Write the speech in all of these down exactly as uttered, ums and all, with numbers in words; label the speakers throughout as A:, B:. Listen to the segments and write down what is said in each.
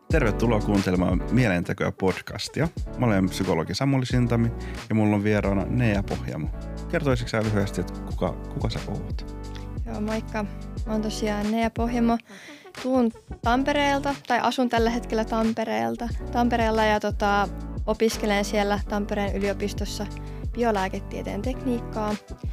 A: Tervetuloa kuuntelemaan Mielentekoja podcastia. Mä olen psykologi Samuli Sintami ja mulla on vieraana Nea Pohjamo. Kertoisitko sä lyhyesti, että kuka, kuka sä oot?
B: Joo, moikka. Mä oon tosiaan Nea Pohjamo. Tuun Tampereelta, tai asun tällä hetkellä Tampereelta. Tampereella ja tota, opiskelen siellä Tampereen yliopistossa biolääketieteen tekniikkaa.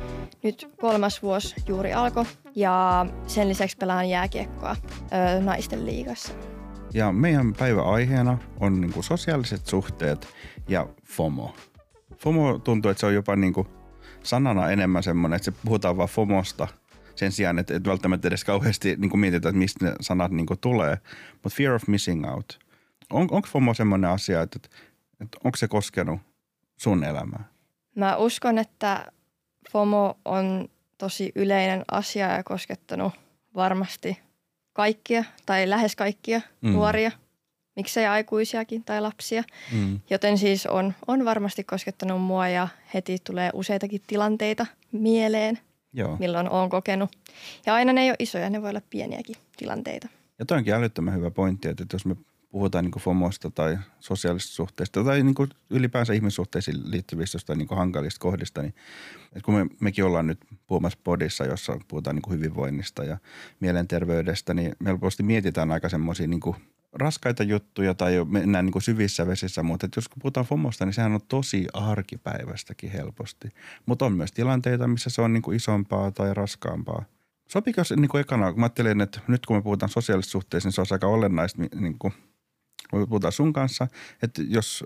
B: Nyt kolmas vuosi juuri alkoi ja sen lisäksi pelaan jääkiekkoa öö, naisten liigassa.
A: Ja meidän päiväaiheena on niinku sosiaaliset suhteet ja FOMO. FOMO tuntuu, että se on jopa niinku sanana enemmän semmoinen, että se puhutaan vaan FOMosta sen sijaan, että et välttämättä edes kauheasti niinku mietitään, että mistä ne sanat niinku tulee. Mutta fear of missing out. On, onko FOMO semmoinen asia, että, että onko se koskenut sun elämää?
B: Mä uskon, että FOMO on tosi yleinen asia ja koskettanut varmasti kaikkia tai lähes kaikkia mm. nuoria, miksei aikuisiakin tai lapsia. Mm. Joten siis on, on varmasti koskettanut mua ja heti tulee useitakin tilanteita mieleen, Joo. milloin olen kokenut. Ja aina ne ei ole isoja, ne voi olla pieniäkin tilanteita.
A: Ja toi onkin älyttömän hyvä pointti, että jos me puhutaan niin kuin FOMOsta tai sosiaalisista suhteista tai niin kuin ylipäänsä ihmissuhteisiin liittyvistä tai niin kuin hankalista kohdista, niin että kun me, mekin ollaan nyt puhumassa podissa, jossa puhutaan niin kuin hyvinvoinnista ja mielenterveydestä, niin me helposti mietitään aika semmoisia niin kuin raskaita juttuja tai mennään niin kuin syvissä vesissä, mutta jos puhutaan FOMOsta, niin sehän on tosi arkipäivästäkin helposti. Mutta on myös tilanteita, missä se on niin kuin isompaa tai raskaampaa. Sopiko se niin kuin ekana, kun mä ajattelin, että nyt kun me puhutaan sosiaalisista suhteista, niin se on aika olennaista, niin kuin kun puhutaan sun kanssa, että jos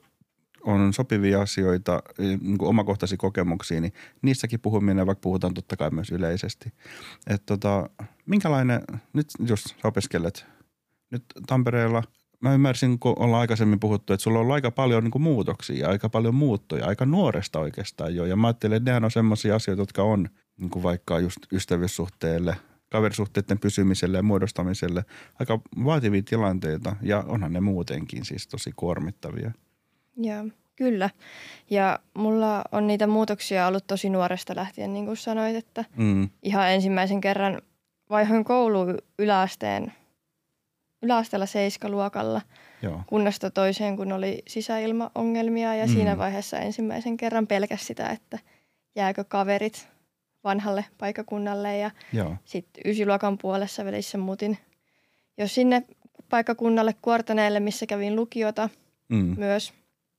A: on sopivia asioita, niin kuin omakohtaisia kokemuksia, niin niissäkin puhuminen, vaikka puhutaan totta kai myös yleisesti. Että tota, minkälainen, nyt jos sä opiskelet nyt Tampereella, mä ymmärsin, kun ollaan aikaisemmin puhuttu, että sulla on aika paljon niin kuin muutoksia, aika paljon muuttoja, aika nuoresta oikeastaan jo. Ja mä ajattelen, että nehän on semmoisia asioita, jotka on niin kuin vaikka just ystävyyssuhteelle, kaverisuhteiden pysymiselle ja muodostamiselle aika vaativia tilanteita ja onhan ne muutenkin siis tosi kuormittavia.
B: Joo, kyllä. Ja mulla on niitä muutoksia ollut tosi nuoresta lähtien, niin kuin sanoit, että mm. ihan ensimmäisen kerran vaihoin kouluun yläasteen, yläasteella seiskaluokalla Joo. kunnasta toiseen, kun oli sisäilmaongelmia ja mm. siinä vaiheessa ensimmäisen kerran pelkäs sitä, että jääkö kaverit vanhalle paikkakunnalle ja sitten ysiluokan puolessa välissä muutin jo sinne paikkakunnalle Kuortaneelle, missä kävin lukiota mm. myös.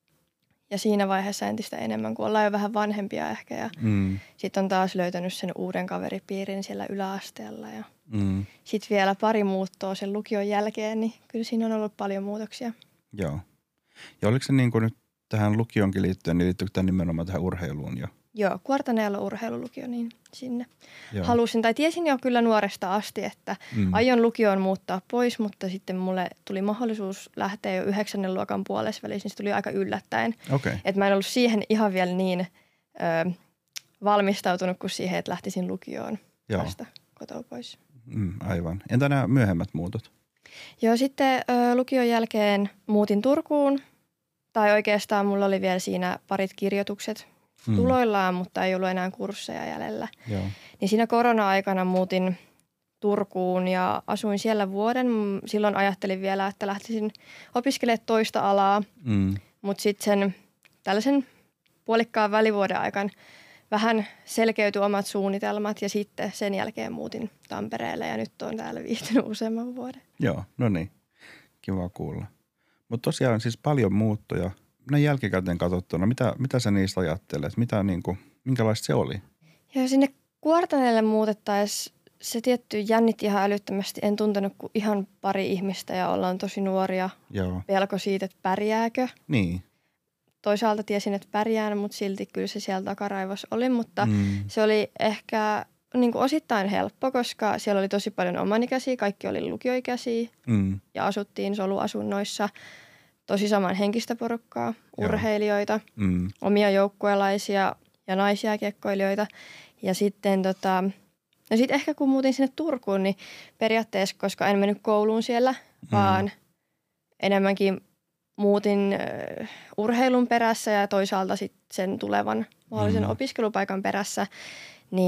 B: Ja siinä vaiheessa entistä enemmän, kun ollaan jo vähän vanhempia ehkä ja mm. sitten on taas löytänyt sen uuden kaveripiirin siellä yläasteella ja mm. sitten vielä pari muuttoa sen lukion jälkeen, niin kyllä siinä on ollut paljon muutoksia.
A: Joo. Ja oliko se niin kuin nyt tähän lukionkin liittyen, niin liittyykö tämä nimenomaan tähän urheiluun jo?
B: Joo, Kuortaneella urheilulukio, niin sinne Joo. halusin. Tai tiesin jo kyllä nuoresta asti, että mm. aion lukioon muuttaa pois, mutta sitten mulle tuli mahdollisuus lähteä jo yhdeksännen luokan puolessa välissä, niin se tuli aika yllättäen. Okay. Että mä en ollut siihen ihan vielä niin ö, valmistautunut kuin siihen, että lähtisin lukioon Joo. vasta kotoa pois.
A: Mm, aivan. Entä nämä myöhemmät muutot?
B: Joo, sitten ö, lukion jälkeen muutin Turkuun. Tai oikeastaan mulla oli vielä siinä parit kirjoitukset Mm. tuloillaan, mutta ei ollut enää kursseja jäljellä. Joo. Niin siinä korona-aikana muutin Turkuun ja asuin siellä vuoden. Silloin ajattelin vielä, että lähtisin opiskelemaan toista alaa, mm. mutta sitten sen tällaisen puolikkaan välivuoden aikana vähän selkeytyi omat suunnitelmat ja sitten sen jälkeen muutin Tampereelle ja nyt olen täällä viihtynyt useamman vuoden.
A: Joo, no niin. Kiva kuulla. Mutta tosiaan siis paljon muuttoja. Näin jälkikäteen katsottuna, mitä, mitä sä niistä ajattelet? Mitä, niin kuin, minkälaista se oli?
B: Ja sinne Kuortaneelle muutettaessa se tietty jännitti ihan älyttömästi. En tuntenut kuin ihan pari ihmistä ja ollaan tosi nuoria. Joo. Pelko siitä, että pärjääkö.
A: Niin.
B: Toisaalta tiesin, että pärjään, mutta silti kyllä se siellä takaraivossa oli. Mutta mm. se oli ehkä niin kuin osittain helppo, koska siellä oli tosi paljon omanikäisiä. Kaikki oli lukioikäisiä mm. ja asuttiin soluasunnoissa. Tosi samanhenkistä porukkaa, urheilijoita, mm. omia joukkuelaisia ja naisia kiekkoilijoita. Ja sitten tota, no sit ehkä kun muutin sinne Turkuun, niin periaatteessa, koska en mennyt kouluun siellä, mm. vaan enemmänkin muutin uh, urheilun perässä ja toisaalta sitten sen tulevan mahdollisen mm. opiskelupaikan perässä, niin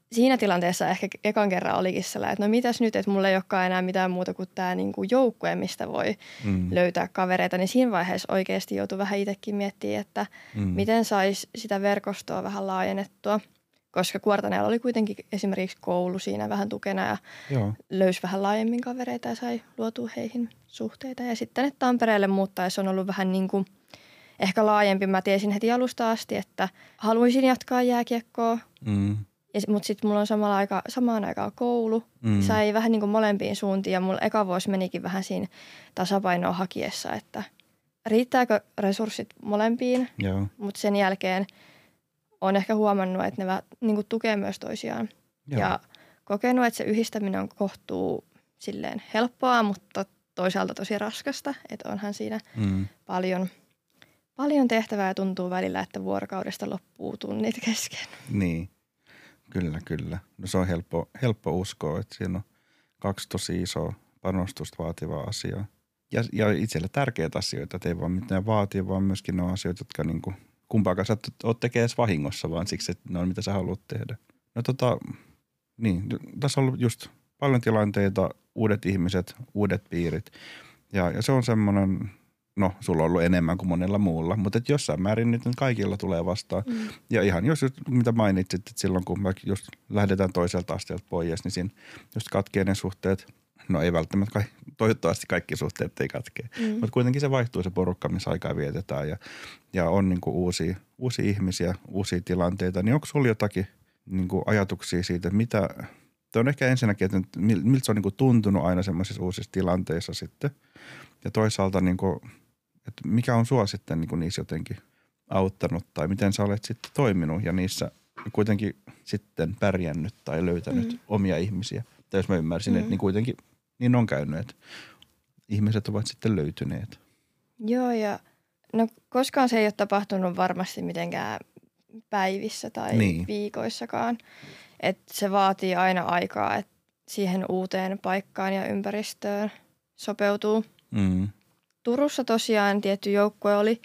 B: siinä tilanteessa ehkä ekan kerran olikin sellainen, että no mitäs nyt, että mulla ei olekaan enää mitään muuta kuin tämä niinku joukkue, mistä voi mm. löytää kavereita. Niin siinä vaiheessa oikeasti joutui vähän itsekin miettimään, että mm. miten saisi sitä verkostoa vähän laajennettua. Koska Kuortaneella oli kuitenkin esimerkiksi koulu siinä vähän tukena ja Joo. löysi vähän laajemmin kavereita ja sai luotua heihin suhteita. Ja sitten, että Tampereelle muuttaessa on ollut vähän niin kuin ehkä laajempi. Mä tiesin heti alusta asti, että haluaisin jatkaa jääkiekkoa, mm. mutta sitten mulla on samalla aika, samaan aikaan koulu. Mm. Sai vähän niin kuin molempiin suuntiin ja mulla eka vuosi menikin vähän siinä tasapainoa hakiessa, että riittääkö resurssit molempiin, mutta sen jälkeen olen ehkä huomannut, että ne vähän, niin kuin tukee myös toisiaan. Joo. Ja kokenut, että se yhdistäminen on kohtuu silleen helppoa, mutta toisaalta tosi raskasta. Että onhan siinä mm. paljon, paljon tehtävää ja tuntuu välillä, että vuorokaudesta loppuu tunnit kesken.
A: Niin, kyllä, kyllä. No se on helppo, helppo uskoa, että siinä on kaksi tosi isoa panostusta vaativaa asiaa. Ja, ja itselle tärkeitä asioita, että ei vaan mitään vaatia, vaan myöskin ne on asioita, jotka niinku kumpaakaan sä oot tekee edes vahingossa, vaan siksi, että ne on mitä sä haluat tehdä. No tota, niin, tässä on ollut just paljon tilanteita, uudet ihmiset, uudet piirit. Ja, ja se on semmoinen, no sulla on ollut enemmän kuin monella muulla, mutta että jossain määrin nyt kaikilla tulee vastaan. Mm. Ja ihan jos just, mitä mainitsit, että silloin kun me just lähdetään toiselta asteelta pois, niin siinä just katkee ne suhteet. No ei välttämättä, kai, toivottavasti kaikki suhteet ei katkee, mm. mutta kuitenkin se vaihtuu se porukka, missä aikaa vietetään ja, ja on niin kuin uusia, uusia ihmisiä, uusia tilanteita. Niin onko sulla jotakin niin kuin ajatuksia siitä, että mitä, tämä on ehkä ensinnäkin, että miltä se on niin kuin tuntunut aina semmoisissa uusissa tilanteissa sitten ja toisaalta niin kuin, että mikä on sua sitten niin kuin niissä jotenkin auttanut tai miten sä olet sitten toiminut ja niissä kuitenkin sitten pärjännyt tai löytänyt mm. omia ihmisiä. Tai jos mä ymmärsin, mm. että niin kuitenkin niin on käynyt, että ihmiset ovat sitten löytyneet.
B: Joo, ja no koskaan se ei ole tapahtunut varmasti mitenkään päivissä tai niin. viikoissakaan. Että se vaatii aina aikaa, että siihen uuteen paikkaan ja ympäristöön sopeutuu. Mm. Turussa tosiaan tietty joukkue oli,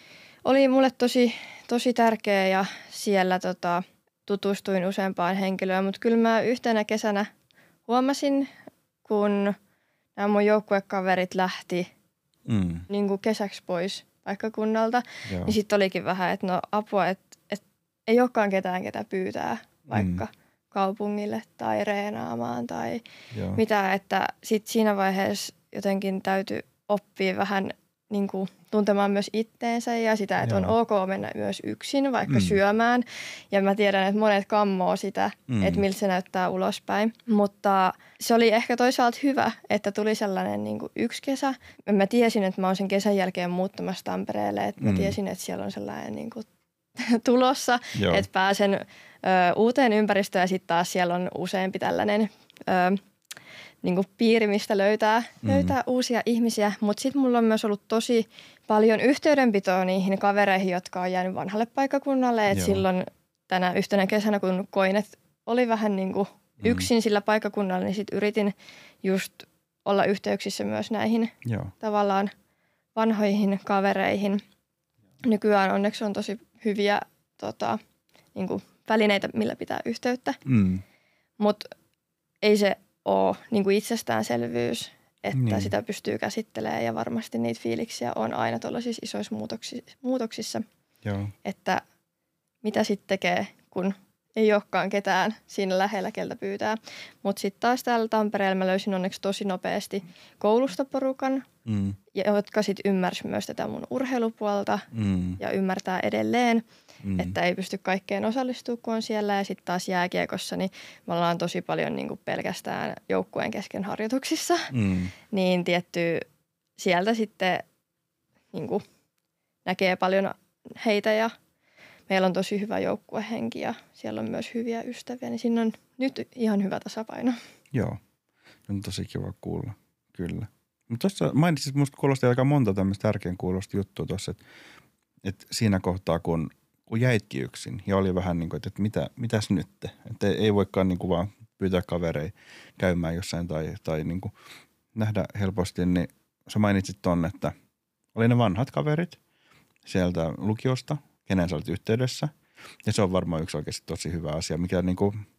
B: oli mulle tosi, tosi tärkeä ja siellä tota, tutustuin useampaan henkilöön. Mutta kyllä mä yhtenä kesänä huomasin, kun nämä mun joukkuekaverit lähti mm. niin kuin kesäksi pois paikkakunnalta, Joo. niin sitten olikin vähän, että no apua, että, että ei olekaan ketään, ketä pyytää vaikka mm. kaupungille tai reenaamaan tai Joo. mitä, että sitten siinä vaiheessa jotenkin täytyy oppia vähän niin kuin tuntemaan myös itteensä ja sitä, että Joo. on ok mennä myös yksin vaikka mm. syömään. Ja mä tiedän, että monet kammoo sitä, mm. että miltä se näyttää ulospäin. Mutta se oli ehkä toisaalta hyvä, että tuli sellainen niin kuin yksi kesä. Mä tiesin, että mä oon sen kesän jälkeen muuttamassa Tampereelle. Että mä mm. tiesin, että siellä on sellainen niin kuin tulossa, Joo. että pääsen ö, uuteen ympäristöön ja sitten taas siellä on useampi tällainen Ö, niin kuin piiri, mistä löytää, mm. löytää uusia ihmisiä. Mutta sitten mulla on myös ollut tosi paljon yhteydenpitoa niihin kavereihin, jotka on jäänyt vanhalle paikkakunnalle. Et silloin tänä yhtenä kesänä, kun koin, että oli vähän niin kuin yksin mm. sillä paikkakunnalla, niin sitten yritin just olla yhteyksissä myös näihin Joo. tavallaan vanhoihin kavereihin. Nykyään onneksi on tosi hyviä tota, niin kuin välineitä, millä pitää yhteyttä. Mm. Mutta ei se ole niin kuin itsestäänselvyys, että niin. sitä pystyy käsittelemään ja varmasti niitä fiiliksiä on aina tuollaisissa isoissa muutoksissa, muutoksissa. Joo. Että mitä sitten tekee, kun ei olekaan ketään siinä lähellä, keltä pyytää. Mutta sitten taas täällä Tampereella mä löysin onneksi tosi nopeasti koulusta porukan, mm. jotka sitten ymmärsivät myös tätä mun urheilupuolta mm. ja ymmärtää edelleen, mm. että ei pysty kaikkeen osallistumaan, kun on siellä. Ja sitten taas jääkiekossa, niin me ollaan tosi paljon niinku pelkästään joukkueen kesken harjoituksissa. Mm. Niin tietty sieltä sitten niinku näkee paljon heitä ja meillä on tosi hyvä joukkuehenki ja siellä on myös hyviä ystäviä, niin siinä on nyt ihan hyvä tasapaino.
A: Joo, on tosi kiva kuulla, kyllä. Mutta tuossa mainitsit, musta kuulosti aika monta tämmöistä tärkeän kuulosta juttua tuossa, että, että siinä kohtaa, kun, kun jäitkin yksin ja oli vähän niin kuin, että mitä, mitäs nyt? Että ei voikaan niin kuin vaan pyytää kavereita käymään jossain tai, tai niin kuin nähdä helposti, niin sä mainitsit ton, että oli ne vanhat kaverit sieltä lukiosta, kenen sä olet yhteydessä. Ja se on varmaan yksi oikeasti tosi hyvä asia, mikä niin kuin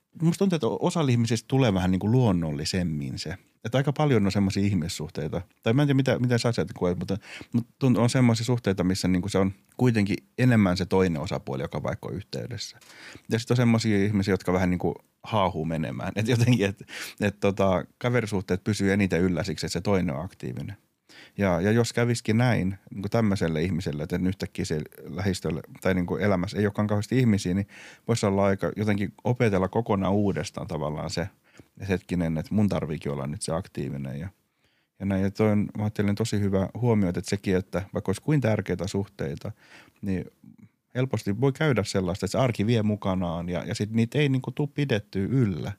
A: Musta tuntuu, että osalla ihmisistä tulee vähän niin kuin luonnollisemmin se. Että aika paljon on semmoisia ihmissuhteita, tai mä en tiedä mitä, mitä sä asiat koet, mutta, mutta on semmoisia suhteita, missä niin kuin se on kuitenkin enemmän se toinen osapuoli, joka vaikka on yhteydessä. Ja sitten on semmoisia ihmisiä, jotka vähän niin kuin haahuu menemään. Että jotenkin, että et tota, kaverisuhteet pysyy eniten yllä siksi, että se toinen on aktiivinen. Ja, ja jos kävisikin näin niin kuin tämmöiselle ihmiselle, että yhtäkkiä se lähistölle tai niin kuin elämässä ei olekaan kauheasti ihmisiä, niin voisi olla aika jotenkin opetella kokonaan uudestaan tavallaan se, että hetkinen, että mun tarviikin olla nyt se aktiivinen. Ja, ja näin, ja toi on, mä ajattelen tosi hyvä huomio, että sekin, että vaikka olisi kuin tärkeitä suhteita, niin helposti voi käydä sellaista, että se arki vie mukanaan ja, ja sitten niitä ei niin kuin tule pidettyä yllä.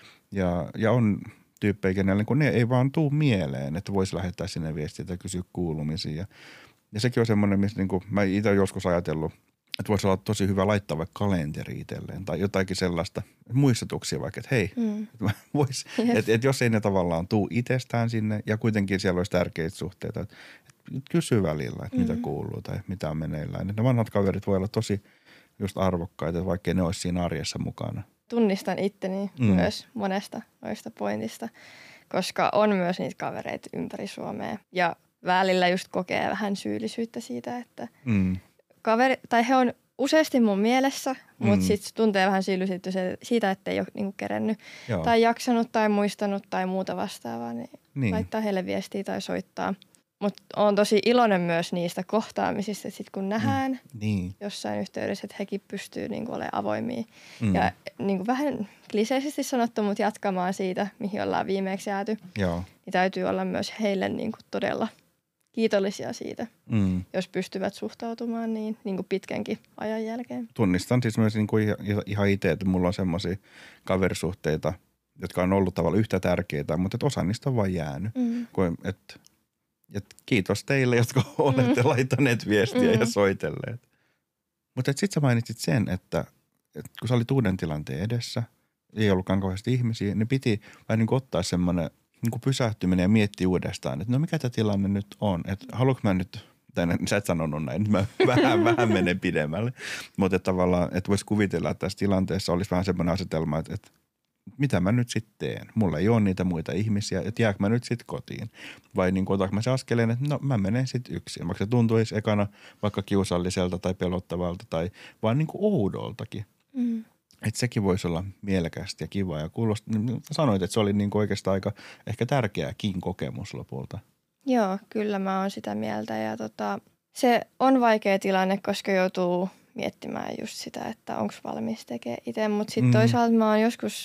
A: Ja, ja on tyyppejä, kenellä niin ne ei vaan tuu mieleen, että voisi lähettää sinne viestiä tai kysyä kuulumisia. Ja, ja sekin on semmoinen, missä niin kuin mä itse olen joskus ajatellut, että voisi olla tosi hyvä laittaa vaikka kalenteri itselleen tai jotakin sellaista muistutuksia vaikka, että hei, mm. että vois, että et jos ei ne tavallaan tuu itsestään sinne ja kuitenkin siellä olisi tärkeitä suhteita, että et kysy välillä, että mm. mitä kuuluu tai mitä on meneillään. Ne vanhat kaverit voi olla tosi just arvokkaita, vaikkei ne olisi siinä arjessa mukana.
B: Tunnistan itteni mm. myös monesta noista pointista, koska on myös niitä kavereita ympäri Suomea ja välillä just kokee vähän syyllisyyttä siitä, että mm. kaveri, tai he on useasti mun mielessä, mm. mutta sitten tuntee vähän syyllisyyttä siitä, että ei ole niinku kerennyt Joo. tai jaksanut tai muistanut tai muuta vastaavaa, niin, niin. laittaa heille viestiä tai soittaa. Mutta olen tosi iloinen myös niistä kohtaamisista, että sitten kun nähdään mm. niin. jossain yhteydessä, että hekin pystyy niinku olemaan avoimia. Mm. Ja niinku vähän kliseisesti sanottu, mutta jatkamaan siitä, mihin ollaan viimeksi jääty. Joo. Niin täytyy olla myös heille niinku todella kiitollisia siitä, mm. jos pystyvät suhtautumaan niin, niin kuin pitkänkin ajan jälkeen. Tunnistan siis myös niin kuin ihan itse, että mulla on semmoisia kaverisuhteita, jotka on ollut tavallaan yhtä tärkeitä, mutta että osa niistä on vaan jäänyt. Mm. Että et kiitos teille, jotka olette mm. laittaneet viestiä mm. ja soitelleet. Mutta sitten sä mainitsit sen, että, että kun sä olit uuden tilanteen edessä, ei ollutkaan kauheasti ihmisiä, niin piti vähän niin kuin ottaa semmoinen niin kuin pysähtyminen ja miettiä uudestaan, että no mikä tämä tilanne nyt on, että haluanko mä nyt, tai sä et sanonut näin, nyt mä vähän, vähän menen pidemmälle, mutta että tavallaan, että voisi kuvitella, että tässä tilanteessa olisi vähän semmoinen asetelma, että, että mitä mä nyt sitten teen, mulla ei ole niitä muita ihmisiä, että jääkö mä nyt sitten kotiin, vai niin kuin otanko mä se askeleen, että no mä menen sitten yksin, vaikka se tuntuisi ekana vaikka kiusalliselta tai pelottavalta tai vaan niin kuin oudoltakin. Mm. Että sekin voisi olla mielekästä ja kiva ja kuulosti. Sanoit, että se oli niin oikeastaan aika ehkä tärkeäkin kokemus lopulta. Joo, kyllä mä oon sitä mieltä ja tota, se on vaikea tilanne, koska joutuu miettimään just sitä, että onko valmis tekemään itse. Mutta sitten mm. toisaalta mä oon joskus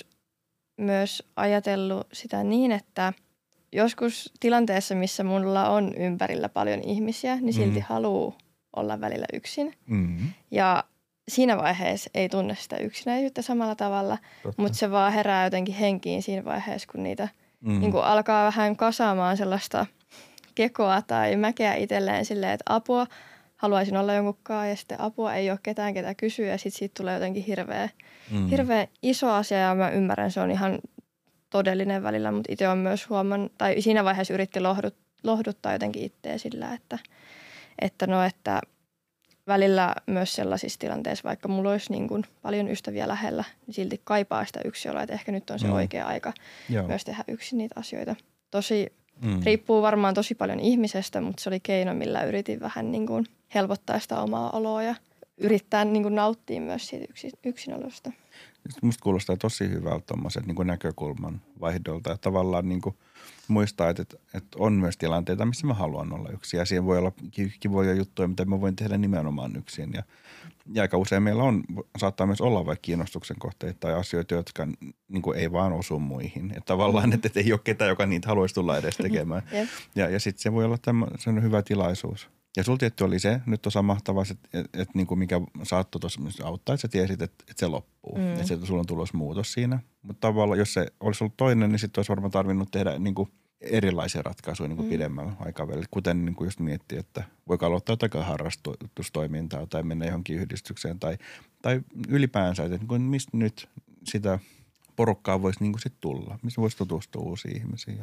B: myös ajatellut sitä niin, että joskus tilanteessa, missä mulla on ympärillä paljon ihmisiä, niin silti mm. haluaa olla välillä yksin. Mm. Ja siinä vaiheessa ei tunne sitä yksinäisyyttä samalla tavalla, Totta. mutta se vaan herää jotenkin henkiin siinä vaiheessa, kun niitä mm. niin kun alkaa vähän kasaamaan sellaista kekoa tai mäkeä itselleen silleen, että apua, haluaisin olla jonkunkaan ja sitten apua ei ole ketään, ketä kysyy ja sitten siitä tulee jotenkin hirveä, mm. hirveä iso asia ja mä ymmärrän, se on ihan todellinen välillä, mutta itse on myös huomannut, tai siinä vaiheessa yritti lohdut, lohduttaa jotenkin itseä sillä, että, että no, että välillä myös sellaisissa tilanteissa, vaikka mulla olisi niin kuin paljon ystäviä lähellä, niin silti kaipaa sitä yksinoloa, että ehkä nyt on se mm. oikea aika Joo. myös tehdä yksin niitä asioita. Tosi mm. riippuu varmaan tosi paljon ihmisestä, mutta se oli keino, millä yritin vähän niin kuin helpottaa sitä omaa oloa ja yrittää niin kuin nauttia myös siitä yksin, yksinolosta. Musta kuulostaa tosi hyvältä tuommoiset niin kuin näkökulman vaihdolta ja tavallaan niin kuin muistaa, että, että on myös tilanteita, missä mä haluan olla yksin. Ja siihen voi olla kivoja juttuja, mitä mä voin tehdä nimenomaan yksin. Ja, ja aika usein meillä on, saattaa myös olla vaikka kiinnostuksen kohteita tai asioita, jotka niin kuin ei vaan osu muihin. Että tavallaan, että, että ei ole ketään, joka niitä haluaisi tulla edes tekemään. yep. Ja, ja sitten se voi olla tämmöinen hyvä tilaisuus. Ja sulla tietty oli se, nyt on mahtavaa, että, että, että niin kuin mikä saattoi tuossa auttaa, että sä tiesit, että, että se loppuu. Mm. Että sulla on tulossa muutos siinä. Mutta tavallaan, jos se olisi ollut toinen, niin sitten olisi varmaan tarvinnut tehdä niin kuin erilaisia ratkaisuja niin kuin mm. pidemmällä aikavälillä. Kuten niin kuin just miettiä, että voiko aloittaa jotakin harrastustoimintaa tai mennä johonkin yhdistykseen. Tai, tai ylipäänsä, että niin kuin mistä nyt sitä porukkaa voisi niin kuin sit tulla. Mistä voisi tutustua uusiin ihmisiin ja,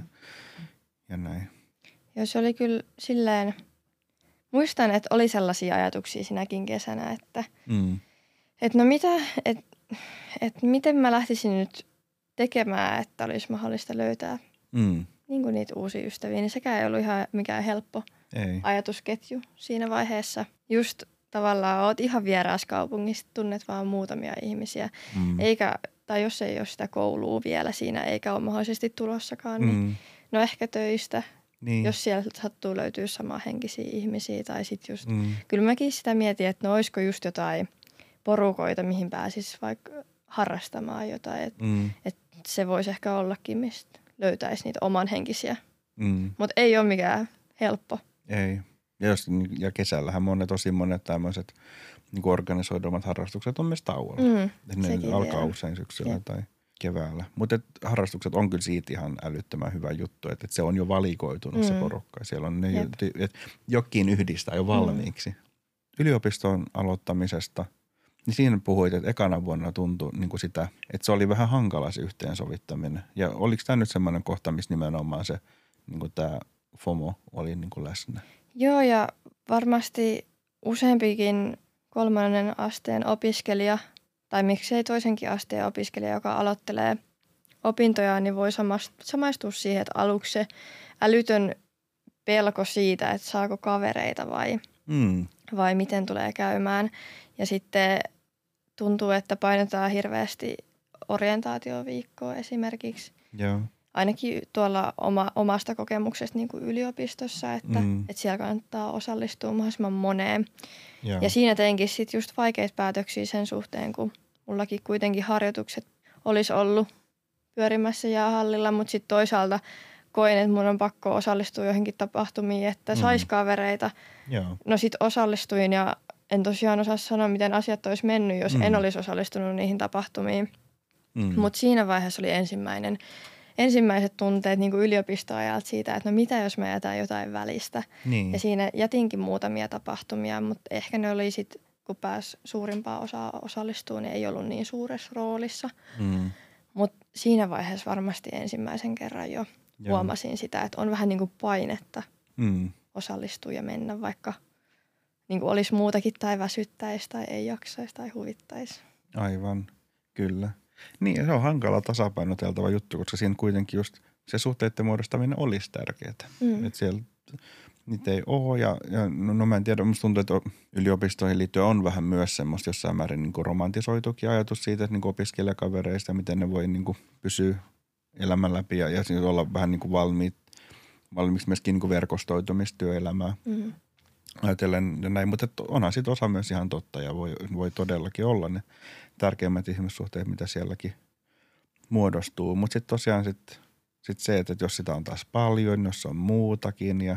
B: ja näin. Joo, se oli kyllä silleen. Muistan, että oli sellaisia ajatuksia sinäkin kesänä, että mm. et no mitä, että että miten mä lähtisin nyt tekemään, että olisi mahdollista löytää mm. niin kuin niitä uusia ystäviä, niin sekään ei ollut ihan mikään helppo ei. ajatusketju siinä vaiheessa. Just tavallaan oot ihan vieraassa kaupungissa, tunnet vaan muutamia ihmisiä, mm. eikä, tai jos ei ole sitä koulua vielä siinä, eikä ole mahdollisesti tulossakaan, mm. niin no ehkä töistä, niin. Jos siellä sattuu löytyy samanhenkisiä ihmisiä, tai sitten just, mm. kyllä mäkin sitä mietin, että no olisiko just jotain porukoita, mihin pääsisi vaikka harrastamaan jotain, että mm. et se voisi ehkä ollakin, mistä löytäisi niitä omanhenkisiä, mm. mutta ei ole mikään helppo.
A: Ei. Ja, jos, ja kesällähän monet, tosi monet tämmöiset niin organisoidumat harrastukset on myös tauolla. Mm, ne alkaa vielä usein syksyllä Jep. tai keväällä. Mutta harrastukset on kyllä siitä ihan älyttömän hyvä juttu, että et se on jo valikoitunut mm. se porukka. Siellä on ne, et jokin yhdistää jo valmiiksi. Mm. Yliopiston aloittamisesta, niin siinä puhuit, että ekana vuonna tuntui niin kuin sitä, että se oli vähän hankala se yhteensovittaminen. Ja oliko tämä nyt semmoinen kohta, missä nimenomaan se niin kuin tämä FOMO oli niin kuin läsnä?
B: Joo, ja varmasti useampikin kolmannen asteen opiskelija, tai miksei toisenkin asteen opiskelija, joka aloittelee opintojaan, niin voi samaistua siihen, että aluksi se älytön pelko siitä, että saako kavereita vai, mm. vai miten tulee käymään. Ja sitten tuntuu, että painetaan hirveästi orientaatioviikkoa esimerkiksi.
A: Joo.
B: Ainakin tuolla oma, omasta kokemuksesta niin kuin yliopistossa, että, mm. että siellä kannattaa osallistua mahdollisimman moneen. Joo. Ja siinä teinkin sitten just vaikeita päätöksiä sen suhteen, kun mullakin kuitenkin harjoitukset olisi ollut pyörimässä jäähallilla, mutta sitten toisaalta koin, että mun on pakko osallistua johonkin tapahtumiin, että sais kavereita.
A: Joo.
B: No sitten osallistuin ja en tosiaan osaa sanoa, miten asiat olisi mennyt, jos mm. en olisi osallistunut niihin tapahtumiin. Mm. Mutta siinä vaiheessa oli ensimmäinen, ensimmäiset tunteet niin kuin yliopistoajalta siitä, että no mitä jos mä jätän jotain välistä.
A: Niin.
B: Ja siinä jätinkin muutamia tapahtumia, mutta ehkä ne oli sitten, kun pääsi suurimpaa osaa osallistua, niin ei ollut niin suuressa roolissa.
A: Mm.
B: Mutta siinä vaiheessa varmasti ensimmäisen kerran jo Joo. huomasin sitä, että on vähän niin kuin painetta
A: mm.
B: osallistua ja mennä, vaikka niin kuin olisi muutakin tai väsyttäisi tai ei jaksaisi tai huvittaisi.
A: Aivan, kyllä. Niin, se on hankala tasapainoteltava juttu, koska siinä kuitenkin just se suhteiden muodostaminen olisi tärkeää.
B: Mm.
A: Että siellä niitä ei ole ja, ja no, no mä en tiedä, musta tuntuu, että yliopistoihin liittyen on vähän myös semmoista jossain määrin niin kuin romantisoitukin ajatus siitä, että niin kuin opiskelijakavereista, miten ne voi niin kuin pysyä elämän läpi ja, ja siis olla vähän niin kuin valmiit, valmiiksi myöskin niin kuin verkostoitumista työelämää.
B: Mm.
A: Ajatellen ja näin, mutta onhan sitten osa myös ihan totta ja voi, voi todellakin olla ne tärkeimmät ihmissuhteet, mitä sielläkin muodostuu. Mutta sitten tosiaan sit, sit se, että jos sitä on taas paljon, jos on muutakin ja,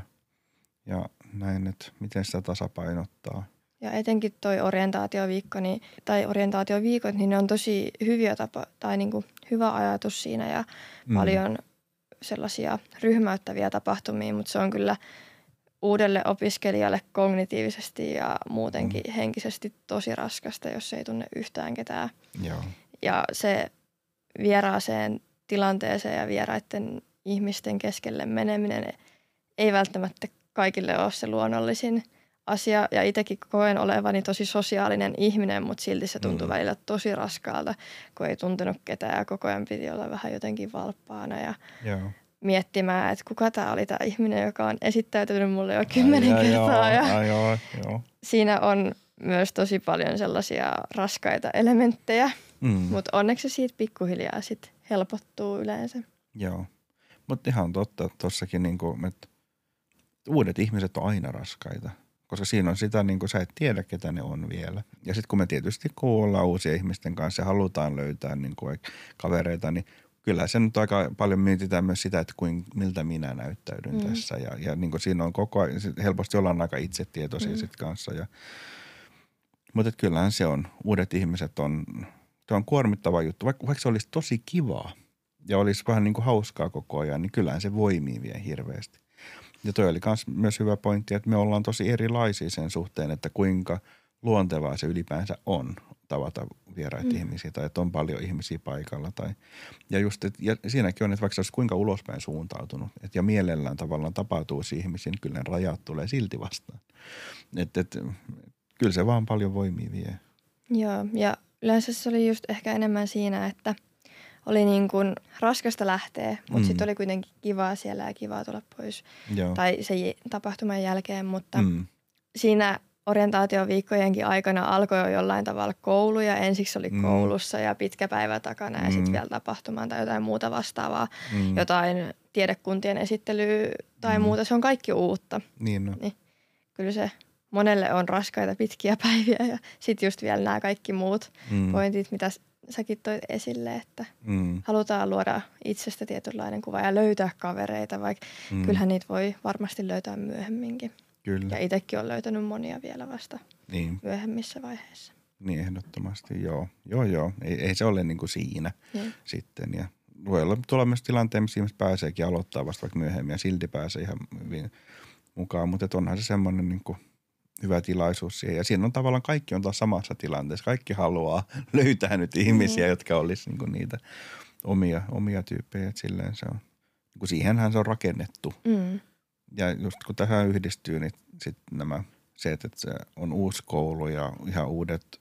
A: ja näin, että miten sitä tasapainottaa.
B: Ja etenkin toi orientaatioviikko niin, tai orientaatioviikot, niin ne on tosi hyviä tapa, tai niinku hyvä ajatus siinä ja mm. paljon sellaisia ryhmäyttäviä tapahtumia, mutta se on kyllä uudelle opiskelijalle kognitiivisesti ja muutenkin mm. henkisesti tosi raskasta, jos ei tunne yhtään ketään.
A: Joo.
B: Ja se vieraaseen tilanteeseen ja vieraiden ihmisten keskelle meneminen ei välttämättä kaikille ole se luonnollisin asia. Ja itsekin koen olevani tosi sosiaalinen ihminen, mutta silti se tuntui mm. välillä tosi raskaalta, kun ei tuntenut ketään ja koko ajan piti olla vähän jotenkin valppaana ja
A: Joo.
B: miettimään, että kuka tämä oli tämä ihminen, joka on esittäytynyt mulle jo kymmenen ai, kertaa.
A: Joo, ja ai, joo, joo.
B: Siinä on myös tosi paljon sellaisia raskaita elementtejä, mm. mutta onneksi se siitä pikkuhiljaa sit helpottuu yleensä.
A: Joo, mutta ihan totta, että tuossakin niinku, että uudet ihmiset on aina raskaita, koska siinä on sitä, niin kuin sä et tiedä, ketä ne on vielä. Ja sitten kun me tietysti kuullaan uusien ihmisten kanssa ja halutaan löytää niin kuin kavereita, niin kyllä se nyt aika paljon mietitään myös sitä, että kuin, miltä minä näyttäydyn mm. tässä. Ja, ja niin kuin siinä on koko ajan, helposti ollaan aika itsetietoisia mm. sit kanssa. Ja, mutta kyllähän se on, uudet ihmiset on, se on kuormittava juttu. Vaikka, vaikka se olisi tosi kivaa ja olisi vähän niin kuin hauskaa koko ajan, niin kyllähän se voimii vielä hirveästi. Ja toi oli myös hyvä pointti, että me ollaan tosi erilaisia sen suhteen, että kuinka luontevaa se ylipäänsä on tavata vieraita mm. ihmisiä tai että on paljon ihmisiä paikalla. Tai, ja, just, et, ja siinäkin on, että vaikka se olisi kuinka ulospäin suuntautunut et, ja mielellään tavallaan tapautuu ihmisiä, niin kyllä ne rajat tulee silti vastaan. Että et, kyllä se vaan paljon voimia vie.
B: Joo, ja yleensä se oli just ehkä enemmän siinä, että oli niin kuin raskasta lähteä, mutta mm. sitten oli kuitenkin kivaa siellä ja kivaa tulla pois. Joo. Tai se tapahtuman jälkeen, mutta mm. siinä orientaatioviikkojenkin aikana alkoi jo jollain tavalla koulu ja ensiksi oli mm. koulussa ja pitkä päivä takana ja mm. sitten vielä tapahtumaan tai jotain muuta vastaavaa, mm. jotain tiedekuntien esittelyä tai mm. muuta. Se on kaikki uutta.
A: Niin no.
B: Niin, kyllä se monelle on raskaita pitkiä päiviä ja sitten just vielä nämä kaikki muut mm. pointit, mitä säkin toit esille, että mm. halutaan luoda itsestä tietynlainen kuva ja löytää kavereita, vaikka mm. kyllähän niitä voi varmasti löytää myöhemminkin.
A: Kyllä.
B: Ja itsekin olen löytänyt monia vielä vasta niin. myöhemmissä vaiheissa.
A: Niin ehdottomasti, joo. Joo, joo. Ei, ei se ole niin kuin siinä niin. sitten. Ja voi olla tulla myös tilanteen, missä ihmiset pääseekin aloittaa vasta vaikka myöhemmin ja silti pääsee ihan hyvin mukaan. Mutta onhan se semmoinen niin kuin hyvä tilaisuus siihen. Ja siinä on tavallaan kaikki on taas samassa tilanteessa. Kaikki haluaa löytää nyt ihmisiä, mm. jotka olisi niin kuin niitä omia, omia tyyppejä. Et silleen se on, niin kuin siihenhän se on rakennettu. Mm. Ja just kun tähän yhdistyy, niin sitten nämä, se, että se on uusi koulu ja ihan uudet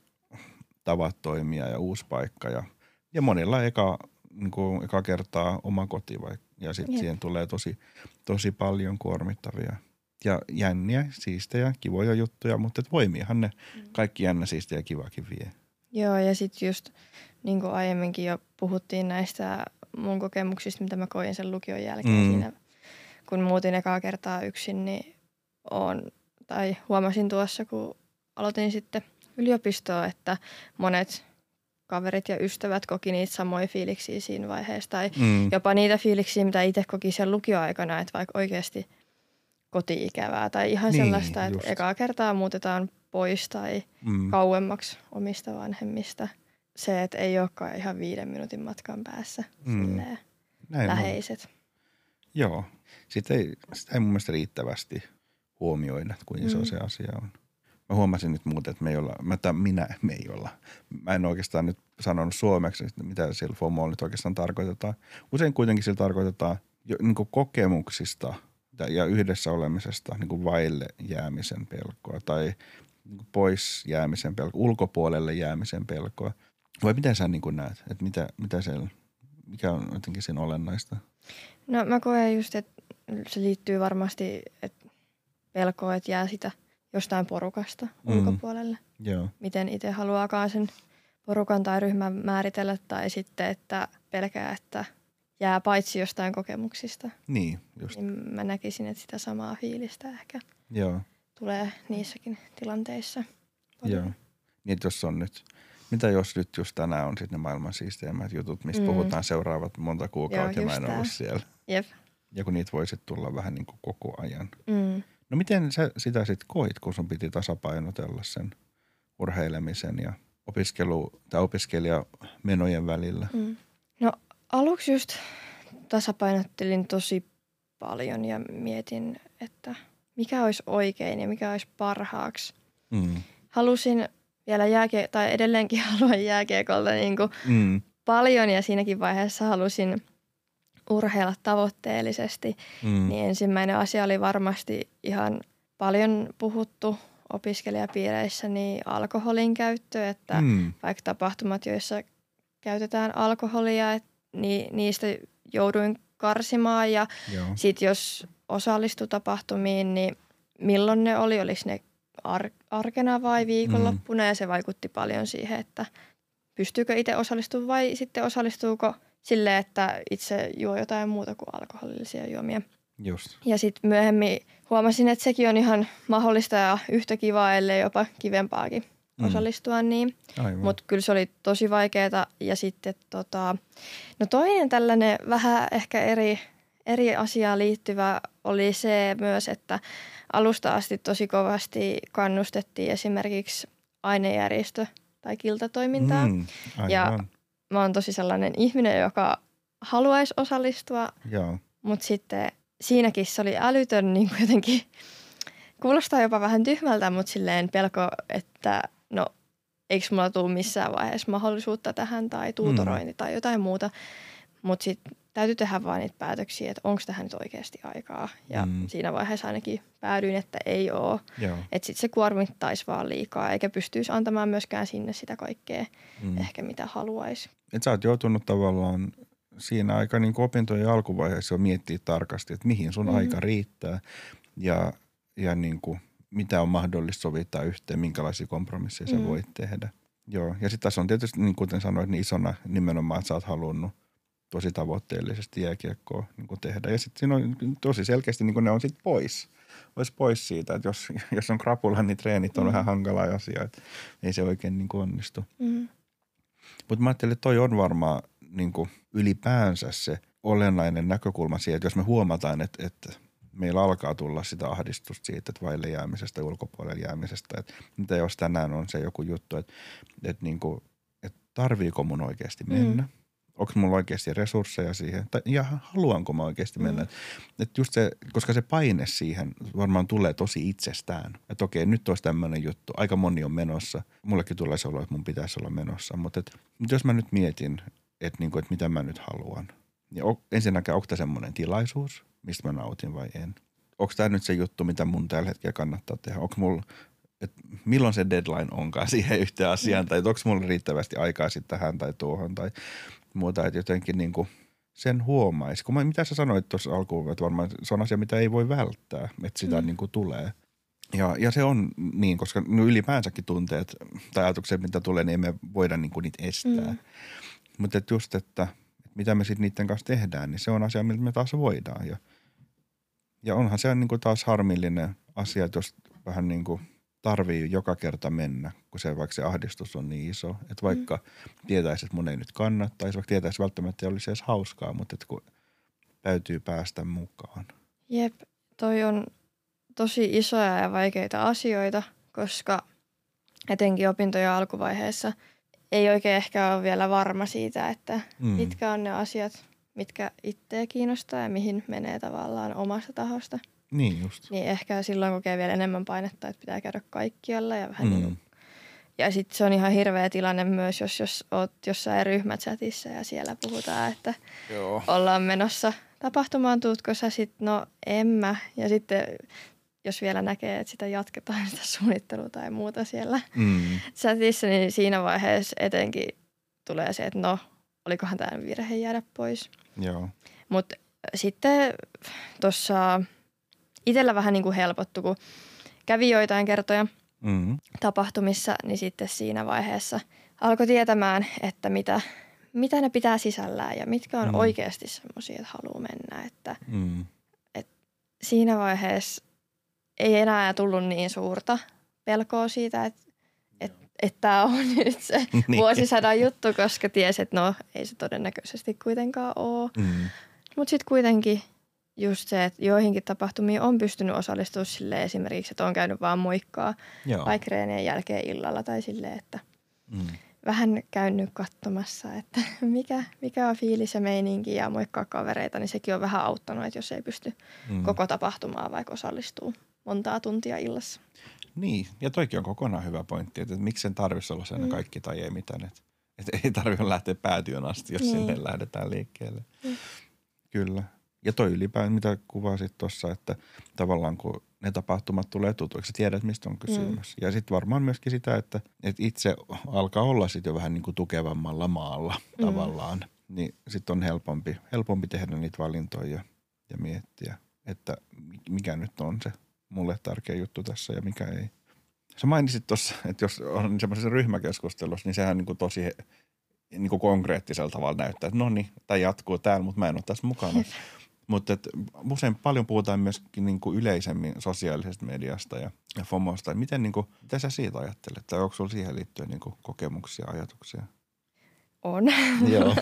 A: tavat toimia ja uusi paikka. Ja, ja monilla eka, niin kuin eka kertaa oma koti vaikka, ja sitten siihen tulee tosi, tosi paljon kuormittavia. Ja jänniä, siistejä, kivoja juttuja, mutta et voimiahan ne kaikki jännä, siistejä ja kivakin vie.
B: Joo, ja sitten just niin kuin aiemminkin jo puhuttiin näistä mun kokemuksista, mitä mä koin sen lukion jälkeen mm. siinä. Kun muutin ekaa kertaa yksin, niin on, tai huomasin tuossa, kun aloitin sitten yliopistoa, että monet kaverit ja ystävät koki niitä samoja fiiliksiä siinä vaiheessa. Tai mm. jopa niitä fiiliksiä, mitä itse koki sen lukioaikana, että vaikka oikeasti koti-ikävää tai ihan niin, sellaista, että just. ekaa kertaa muutetaan pois tai mm. kauemmaksi omista vanhemmista. Se, että ei olekaan ihan viiden minuutin matkan päässä mm. läheiset. On.
A: Joo. Sitä ei, sitä ei mun mielestä riittävästi huomioida, kuin iso mm. se asia on. Mä huomasin nyt muuten, että me ei olla, mä, tämän, minä me ei olla. Mä en oikeastaan nyt sanonut suomeksi, että mitä sillä FOMOlla nyt oikeastaan tarkoitetaan. Usein kuitenkin sillä tarkoitetaan jo, niin kuin kokemuksista ja yhdessä olemisesta niin kuin vaille jäämisen pelkoa tai niin kuin pois jäämisen pelkoa, ulkopuolelle jäämisen pelkoa. Vai miten sä niin kuin näet, että mitä, mitä siellä, mikä on jotenkin siinä olennaista?
B: No mä koen just, että se liittyy varmasti että pelkoa, että jää sitä jostain porukasta mm. ulkopuolelle.
A: Joo.
B: Miten itse haluaakaan sen porukan tai ryhmän määritellä tai sitten, että pelkää, että jää paitsi jostain kokemuksista.
A: Niin, just.
B: Niin mä näkisin, että sitä samaa fiilistä ehkä
A: Joo.
B: tulee niissäkin tilanteissa.
A: Paljon. Joo. Niin, jos on nyt, mitä jos nyt just tänään on sitten ne maailman siisteimmät jutut, mistä mm. puhutaan seuraavat monta kuukautta ja mä en ollut siellä.
B: Jep.
A: Ja kun niitä voi sitten tulla vähän niin kuin koko ajan.
B: Mm.
A: No miten sä sitä sitten koit, kun sun piti tasapainotella sen urheilemisen ja opiskelu- tai opiskelijamenojen välillä?
B: Mm. No aluksi just tasapainottelin tosi paljon ja mietin, että mikä olisi oikein ja mikä olisi parhaaksi. Mm. Halusin vielä jääkie- tai edelleenkin haluan jääkiekolta niin kuin mm. paljon ja siinäkin vaiheessa halusin urheilla tavoitteellisesti, mm. niin ensimmäinen asia oli varmasti ihan paljon puhuttu opiskelijapiireissä niin alkoholin käyttö, että mm. vaikka tapahtumat, joissa käytetään alkoholia, et, niin niistä jouduin karsimaan ja sitten jos osallistui tapahtumiin, niin milloin ne oli, oliko ne ar- arkena vai viikonloppuna mm. ja se vaikutti paljon siihen, että pystyykö itse osallistumaan vai sitten osallistuuko silleen, että itse juo jotain muuta kuin alkoholillisia juomia.
A: Just.
B: Ja sitten myöhemmin huomasin, että sekin on ihan mahdollista ja yhtä kivaa, ellei jopa kivempaakin mm. osallistua niin. Mutta kyllä se oli tosi vaikeaa. Ja sitten tota, no toinen tällainen vähän ehkä eri, eri asiaan liittyvä oli se myös, että alusta asti tosi kovasti kannustettiin esimerkiksi ainejärjestö- tai kiltatoimintaa. Mm, ja mä oon tosi sellainen ihminen, joka haluaisi osallistua,
A: Joo.
B: mutta sitten siinäkin se oli älytön niin kuin jotenkin, kuulostaa jopa vähän tyhmältä, mutta silleen pelko, että no eikö mulla tule missään vaiheessa mahdollisuutta tähän tai tuutorointi mm. tai jotain muuta. Mutta sitten täytyy tehdä vaan niitä päätöksiä, että onko tähän nyt oikeasti aikaa. Ja mm. siinä vaiheessa ainakin päädyin, että ei ole. Että sitten se kuormittaisi vaan liikaa, eikä pystyisi antamaan myöskään sinne sitä kaikkea mm. ehkä mitä haluaisi.
A: Et sä oot joutunut tavallaan siinä aika niin kuin opintojen alkuvaiheessa jo miettiä tarkasti, että mihin sun mm. aika riittää ja, ja niin kuin mitä on mahdollista sovittaa yhteen, minkälaisia kompromisseja mm. sä voit tehdä. Joo. Ja sitten tässä on tietysti, niin kuten sanoit, niin isona nimenomaan, että sä oot halunnut tosi tavoitteellisesti jääkiekkoa niin kuin tehdä. Ja sitten siinä on tosi selkeästi, niin kuin ne on sitten pois. Olisi pois siitä, että jos, jos on krapula, niin treenit on mm. vähän hankala asia, että ei se oikein niin kuin onnistu. Mm. Mutta mä ajattelin, että toi on varmaan niin kuin ylipäänsä se olennainen näkökulma siihen, että jos me huomataan, että, että meillä alkaa tulla sitä ahdistusta siitä, että vaille jäämisestä, ulkopuolelle jäämisestä, että mitä jos tänään on se joku juttu, että, että, niin kuin, että tarviiko mun oikeasti mennä? Mm. Onko mulla oikeasti resursseja siihen? Tai, ja haluanko mä oikeasti mennä? Mm. Että just se, koska se paine siihen varmaan tulee tosi itsestään. Että okei, nyt olisi tämmöinen juttu. Aika moni on menossa. Mullekin tulee se olo, että mun pitäisi olla menossa. Mutta et, jos mä nyt mietin, että, niinku, että mitä mä nyt haluan. Niin on, ensinnäkään, onko tämä semmoinen tilaisuus, mistä mä nautin vai en? Onko tämä nyt se juttu, mitä mun tällä hetkellä kannattaa tehdä? Onko mulla, että milloin se deadline onkaan siihen yhteen asiaan? Mm. Tai onko mulla riittävästi aikaa sitten tähän tai tuohon tai muuta, että jotenkin niin kuin sen huomaisi. Kun mä, mitä sä sanoit tuossa alkuun, että varmaan se on asia, mitä ei voi välttää, että sitä mm. niin kuin tulee. Ja, ja se on niin, koska ylipäänsäkin tunteet tai ajatukset, mitä tulee, niin emme voida niin kuin niitä estää. Mm. Mutta et just, että mitä me sitten niiden kanssa tehdään, niin se on asia, miltä me taas voidaan. Ja, ja onhan se niin kuin taas harmillinen asia, että jos vähän niin kuin tarvii joka kerta mennä, kun se vaikka se ahdistus on niin iso. Että vaikka mm. tietäisi, että mun ei nyt kannattaisi, vaikka tietäisi välttämättä ei olisi edes hauskaa, mutta että kun täytyy päästä mukaan.
B: Jep, toi on tosi isoja ja vaikeita asioita, koska etenkin opintojen alkuvaiheessa ei oikein ehkä ole vielä varma siitä, että mm. mitkä on ne asiat, mitkä itseä kiinnostaa ja mihin menee tavallaan omasta tahosta.
A: Niin just.
B: Niin ehkä silloin kokee vielä enemmän painetta, että pitää käydä kaikkialla ja vähän mm. niin kuin. Ja sitten se on ihan hirveä tilanne myös, jos, jos oot jossain ryhmächatissa ja siellä puhutaan, että Joo. ollaan menossa tapahtumaan, tuutko sä sitten, no en mä. Ja sitten jos vielä näkee, että sitä jatketaan sitä suunnittelua tai muuta siellä mm. chatissa, niin siinä vaiheessa etenkin tulee se, että no olikohan tämä virhe jäädä pois.
A: Joo.
B: Mutta sitten tuossa itsellä vähän niin kuin helpottu, kun kävi joitain kertoja mm-hmm. tapahtumissa, niin sitten siinä vaiheessa alkoi tietämään, että mitä, mitä ne pitää sisällään ja mitkä on mm. oikeasti semmoisia, että haluaa mennä. Että, mm. et siinä vaiheessa ei enää tullut niin suurta pelkoa siitä, että et, et tämä on nyt se vuosisadan juttu, koska tiesi, että no ei se todennäköisesti kuitenkaan ole. Mm. Mutta sitten kuitenkin just se, että joihinkin tapahtumiin on pystynyt osallistumaan silleen esimerkiksi, että on käynyt vaan moikkaa vaikka treenien jälkeen illalla tai silleen, että mm. vähän käynyt katsomassa, että mikä, mikä on fiilis ja meininki ja moikkaa kavereita, niin sekin on vähän auttanut, että jos ei pysty mm. koko tapahtumaan vaikka osallistuu montaa tuntia illassa.
A: Niin, ja toikin on kokonaan hyvä pointti, että miksi sen tarvitsisi olla sen mm. kaikki tai ei mitään, että, että ei tarvitse lähteä päätyön asti, jos niin. sinne lähdetään liikkeelle. Mm. Kyllä. Ja toi ylipäätään, mitä kuvasit tuossa, että tavallaan kun ne tapahtumat tulee tutuiksi, tiedät, mistä on kysymys. Mm. Ja sitten varmaan myöskin sitä, että, että itse alkaa olla sitten jo vähän niin kuin tukevammalla maalla mm. tavallaan. Niin sitten on helpompi, helpompi tehdä niitä valintoja ja, ja miettiä, että mikä nyt on se mulle tärkeä juttu tässä ja mikä ei. Sä mainitsit tuossa, että jos on semmoisessa ryhmäkeskustelussa, niin sehän niin kuin tosi niin kuin konkreettisella tavalla näyttää, että no niin, tämä jatkuu täällä, mutta mä en ole tässä mukana. Mutta usein paljon puhutaan myöskin niin kuin yleisemmin sosiaalisesta mediasta ja, ja FOMOsta. Miten, niin kuin, mitä sä siitä ajattelet? Tai onko sulla siihen liittyen niin kuin kokemuksia, ajatuksia?
B: On. Joo.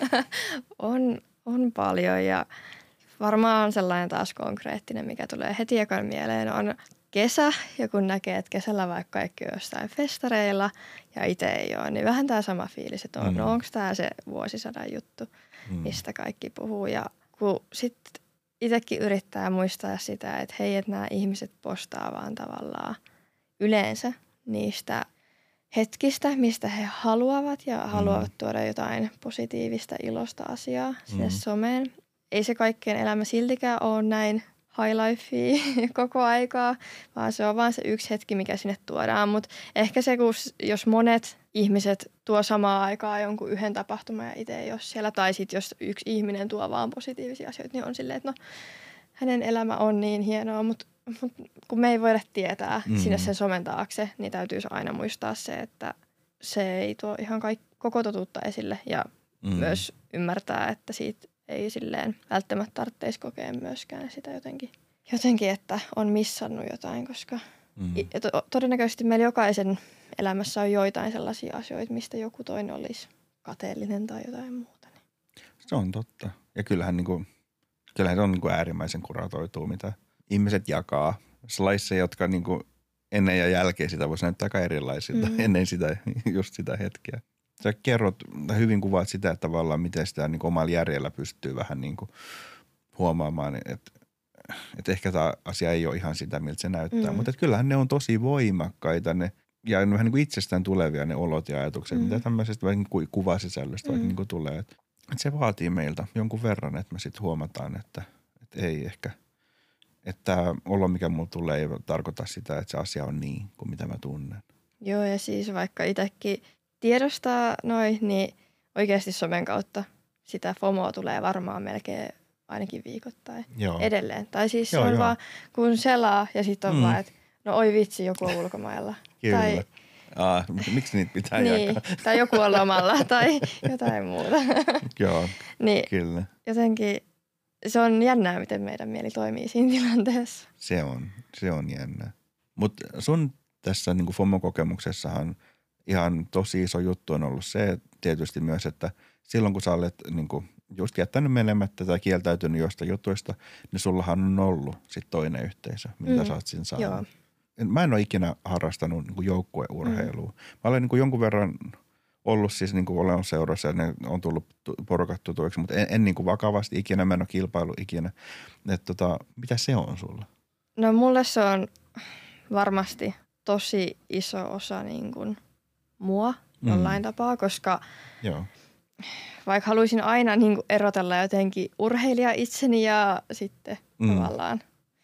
B: on, on paljon ja varmaan sellainen taas konkreettinen, mikä tulee heti ekan mieleen, on kesä. Ja kun näkee, että kesällä vaikka kaikki on jossain festareilla ja itse ei ole, niin vähän tämä sama fiilis, että on, mm. no onko tämä se vuosisadan juttu, mm. mistä kaikki puhuu. Ja kun sitten itsekin yrittää muistaa sitä, että hei, että nämä ihmiset postaa vaan tavallaan yleensä niistä hetkistä, mistä he haluavat ja haluavat mm. tuoda jotain positiivista, ilosta asiaa sinne mm. someen. ei se kaikkien elämä siltikään ole näin high lifea koko aikaa, vaan se on vaan se yksi hetki, mikä sinne tuodaan. Mutta ehkä se, kun jos monet ihmiset tuo samaan aikaan jonkun yhden tapahtuman ja itse ei ole siellä, tai sitten jos yksi ihminen tuo vaan positiivisia asioita, niin on silleen, että no hänen elämä on niin hienoa, mutta mut, kun me ei voida tietää mm. sinne sen somen taakse, niin täytyisi aina muistaa se, että se ei tuo ihan kaik- koko totuutta esille ja mm. myös ymmärtää, että siitä ei silleen välttämättä tarvitsisi kokea myöskään sitä jotenkin, jotenkin, että on missannut jotain, koska mm. to- todennäköisesti meillä jokaisen elämässä on joitain sellaisia asioita, mistä joku toinen olisi kateellinen tai jotain muuta. Niin.
A: Se on totta. Ja kyllähän, niin kuin, kyllähän se on niin kuin äärimmäisen kuratoitua, mitä ihmiset jakaa. Sliceja, jotka niin kuin ennen ja jälkeen sitä voisi näyttää aika erilaisilta, mm. ennen sitä, just sitä hetkeä. Sä kerrot, hyvin kuvaat sitä, että tavallaan miten sitä niin kuin omalla järjellä pystyy vähän niin kuin huomaamaan, että, että ehkä tämä asia ei ole ihan sitä, miltä se näyttää. Mm. Mutta että kyllähän ne on tosi voimakkaita ne, ja vähän niin kuin itsestään tulevia ne olot ja ajatukset, mm. mitä tämmöisestä vähän niin kuvasisällöstä mm. vaikka niin kuin tulee. Että, että se vaatii meiltä jonkun verran, että me sitten huomataan, että, että ei ehkä, että tämä olo, mikä mulla tulee, ei tarkoita sitä, että se asia on niin kuin mitä mä tunnen.
B: Joo, ja siis vaikka itsekin tiedostaa noin, niin oikeasti somen kautta sitä FOMOa tulee varmaan melkein ainakin viikoittain joo. edelleen. Tai siis joo, se on joo. vaan, kun selaa ja sitten on mm. vaan, että no oi vitsi, joku on ulkomailla.
A: Kyllä.
B: Tai,
A: Aa, miksi niitä pitää
B: niin,
A: jakaa?
B: Tai joku on lomalla tai jotain muuta.
A: Joo,
B: niin,
A: kyllä.
B: Jotenkin se on jännää, miten meidän mieli toimii siinä tilanteessa.
A: Se on, se on jännää. Mutta sun tässä niin kuin FOMO-kokemuksessahan ihan tosi iso juttu on ollut se tietysti myös, että silloin kun sä olet niin kuin just jättänyt menemättä tai kieltäytynyt jostain jutuista, niin sullahan on ollut sit toinen yhteisö, mitä mm. sä oot siinä saanut. Joo. Mä en ole ikinä harrastanut niin kuin joukkueurheilua. Mm. Mä olen niin kuin jonkun verran ollut siis niin kuin olen seurassa ja ne on tullut porukat tutuiksi, mutta en, en niin kuin vakavasti ikinä, mä en ole kilpailu ikinä. Et tota, mitä se on sulla?
B: No mulle se on varmasti tosi iso osa niin kuin mua jollain mm. tapaa, koska Joo. vaikka haluaisin aina niin kuin erotella jotenkin urheilija itseni ja sitten mm. tavallaan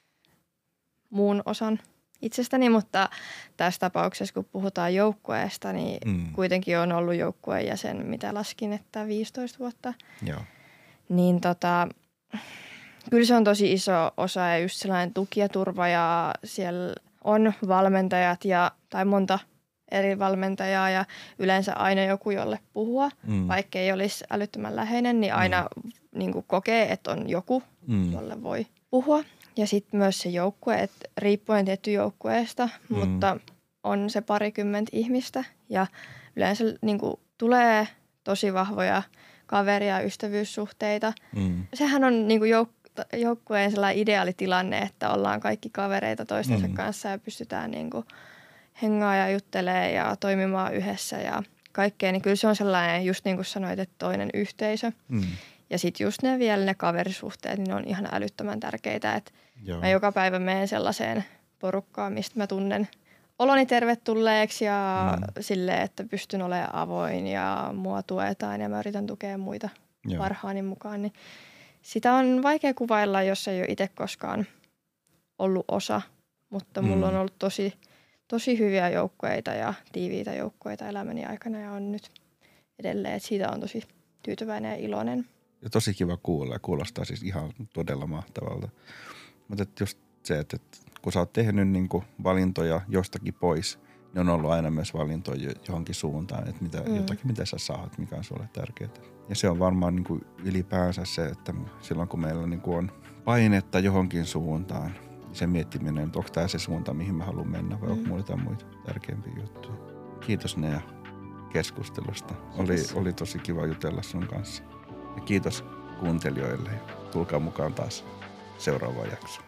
B: muun osan itsestäni, mutta tässä tapauksessa, kun puhutaan joukkueesta, niin mm. kuitenkin on ollut joukkueen jäsen, mitä laskin, että viisitoista vuotta.
A: Joo.
B: Niin tota, kyllä se on tosi iso osa ja just sellainen tuki ja turva ja siellä on valmentajat ja, tai monta eri valmentajaa ja yleensä aina joku, jolle puhua. Mm. Vaikka ei olisi älyttömän läheinen, niin aina mm. niin kuin kokee, että on joku, mm. jolle voi puhua. Ja sitten myös se joukkue, että riippuen tietty joukkueesta, mm. mutta on se parikymmentä ihmistä ja yleensä niin kuin tulee tosi vahvoja kaveria- ja ystävyyssuhteita. Mm. Sehän on niin kuin jouk- joukkueen sellainen ideaalitilanne, että ollaan kaikki kavereita toistensa mm. kanssa ja pystytään niin kuin hengaa ja juttelee ja toimimaan yhdessä ja kaikkea. Niin kyllä se on sellainen, just niin kuin sanoit, että toinen yhteisö. Mm. Ja sitten just ne vielä ne kaverisuhteet, niin ne on ihan älyttömän tärkeitä. Että mä joka päivä menen sellaiseen porukkaan, mistä mä tunnen oloni tervetulleeksi ja mm. silleen, että pystyn olemaan avoin ja mua tuetaan ja mä yritän tukea muita Joo. parhaani mukaan. Niin sitä on vaikea kuvailla, jos ei ole itse koskaan ollut osa, mutta mulla mm. on ollut tosi, tosi hyviä joukkueita ja tiiviitä joukkueita elämäni aikana ja on nyt edelleen, että siitä on tosi tyytyväinen ja iloinen. Ja
A: tosi kiva kuulla ja kuulostaa siis ihan todella mahtavalta. Mutta just se, että kun sä oot tehnyt niinku valintoja jostakin pois, niin on ollut aina myös valintoja johonkin suuntaan, että mitä, mm. jotakin mitä sä saat, mikä on sulle tärkeää. Ja se on varmaan niinku ylipäänsä se, että silloin kun meillä niinku on painetta johonkin suuntaan, niin se miettiminen, että onko tämä se suunta, mihin mä haluan mennä vai mm. onko mulla jotain muita tärkeämpiä juttuja. Kiitos Nea keskustelusta. Oli, oli tosi kiva jutella sun kanssa. Ja kiitos kuuntelijoille ja tulkaa mukaan taas seuraavaan jaksoon.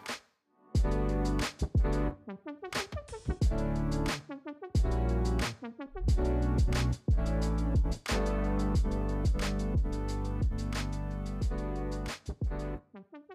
A: Thank you.